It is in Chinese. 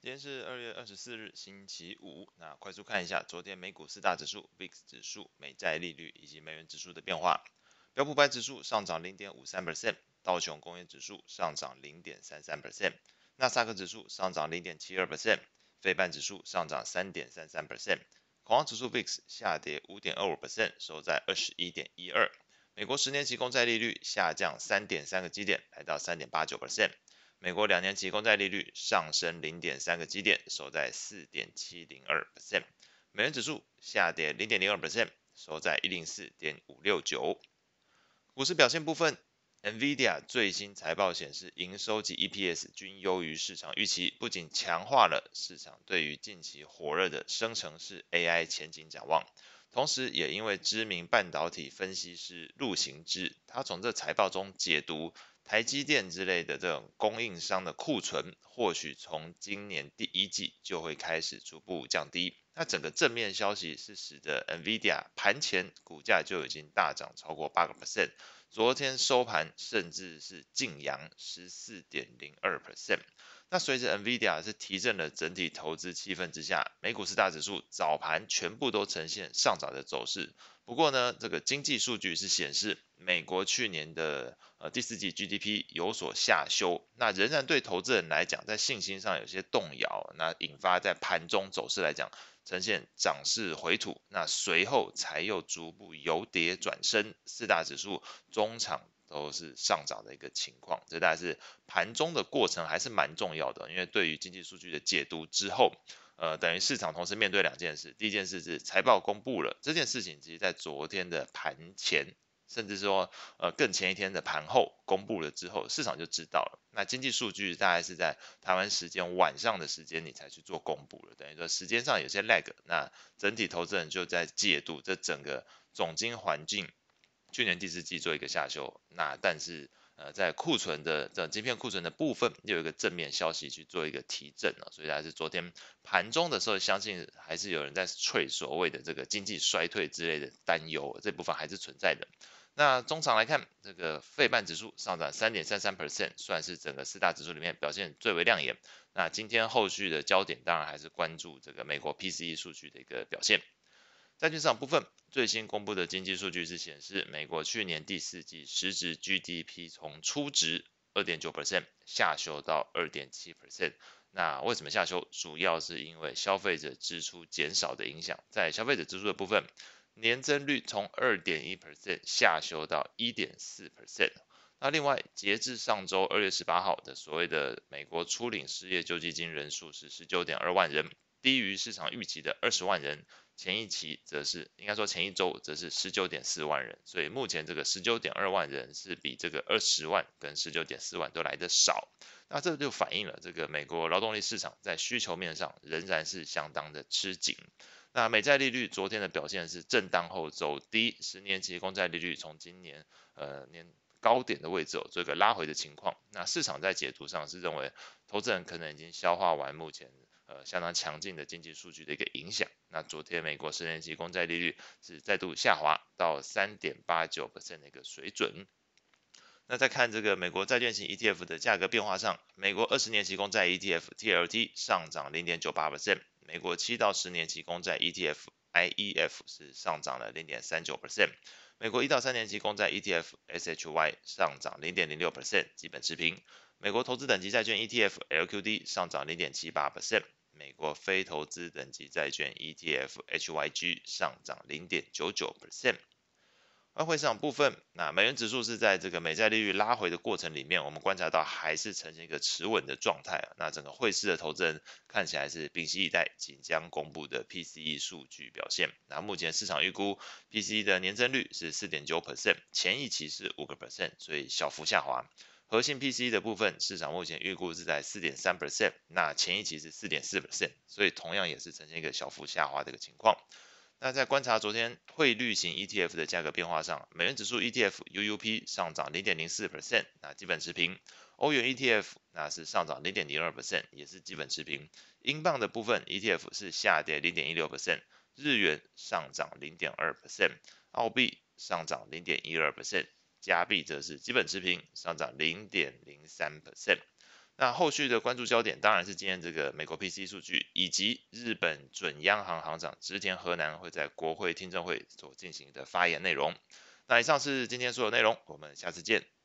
今天是2月24日，星期五。那快速看一下昨天美股四大指数、VIX 指数、美债利率以及美元指数的变化。标普白指数上涨0.53%，道琼工业指数上涨0.33%，纳斯达克指数上涨0.72%，费半指数上涨3.33%，恐慌指数 VIX 下跌5.25%，收在21.12。美国10年期公债利率下降3.3个基点，来到3.89%。美国2年期公债利率上升0.3个基点，收在4.702%。美元指数下跌0.02%，收在104.569。股市表现部分，NVIDIA 最新财报显示，营收及 EPS 均优于市场预期，不仅强化了市场对于近期火热的生成式 AI 前景展望，同时也因为知名半导体分析师陆行之，他从这财报中解读台积电之类的这种供应商的库存，或许从今年第一季就会开始逐步降低。那整个正面消息是使得 NVIDIA 盘前股价就已经大涨超过8%，昨天收盘甚至是净扬14.02%。那随着 NVIDIA 是提振了整体投资气氛之下，美股四大指数早盘全部都呈现上涨的走势。不过呢，这个经济数据是显示，美国去年的第四季 GDP 有所下修，那仍然对投资人来讲，在信心上有些动摇，那引发在盘中走势来讲，呈现涨势回吐，那随后才又逐步由跌转升，四大指数中场都是上涨的一个情况，这大概是盘中的过程还是蛮重要的，因为对于经济数据的解读之后，等于市场同时面对两件事，第一件事是财报公布了，这件事情其实在昨天的盘前，甚至说更前一天的盘后公布了之后，市场就知道了。那经济数据大概是在台湾时间晚上的时间你才去做公布了，等于说时间上有些 lag，那整体投资人就在解读这整个总经环境。去年第四季做一个下修，那但是在库存的晶片库存的部分，又有一个正面消息去做一个提振了，所以还是昨天盘中的时候，相信还是有人在吹所谓的这个经济衰退之类的担忧，这部分还是存在的。那中长来看，这个费半指数上涨3.33%，算是整个四大指数里面表现最为亮眼。那今天后续的焦点当然还是关注这个美国 PCE 数据的一个表现。债券市场部分，最新公布的经济数据是显示，美国去年第四季实质 GDP 从初值2.9%下修到2.7%。那为什么下修？主要是因为消费者支出减少的影响。在消费者支出的部分，年增率从2.1%下修到1.4%。那另外，截至上周2月18号的所谓的美国初领失业救济金人数是19.2万人，低于市场预期的20万人。前一期则是应该说前一周则是19.4万人，所以目前这个19.2万人是比这个20万跟19.4万都来得少。那这就反映了这个美国劳动力市场在需求面上仍然是相当的吃紧。那美债利率昨天的表现是震荡后走低，10年期公债利率从今年年高点的位置做一个拉回的情况。那市场在解读上是认为，投资人可能已经消化完目前相当强劲的经济数据的一个影响。那昨天美国10年期公债利率是再度下滑到3.89%的一个水准。那再看这个美国债券型 ETF 的价格变化上，美国20年期公债 ETF TLT 上涨0.98%，美国7到10年期公债 ETF IEF 是上涨了0.39%，美国1到3年期公债 ETF SHY 上涨0.06%，基本持平。美国投资等级债券 ETF LQD 上涨0.78%，美国非投资等级债券 ETF HYG 上涨0.99%。外汇市场部分，那美元指数是在这个美债利率拉回的过程里面，我们观察到还是呈现一个持稳的状态。那整个汇市的投资人看起来是屏息以待即将公布的 PCE 数据表现。那目前市场预估 PCE 的年增率是4.9%，前一期是5%，所以小幅下滑。核心 PCE 的部分，市场目前预估是在4.3%，那前一期是4.4%，所以同样也是呈现一个小幅下滑的一个情况。那在观察昨天汇率型 ETF 的价格变化上，美元指数 ETF UUP 上涨0.04%，那基本持平。欧元 ETF 那是上涨0.02%，也是基本持平。英镑的部分 ETF 是下跌0.16%，日元上涨0.2%，澳币上涨0.12%，加币则是基本持平，上涨0.03%。 那后续的关注焦点当然是今天这个美国 PC 数据，以及日本准央行行长植田和男会在国会听证会所进行的发言内容。那以上是今天所有内容，我们下次见。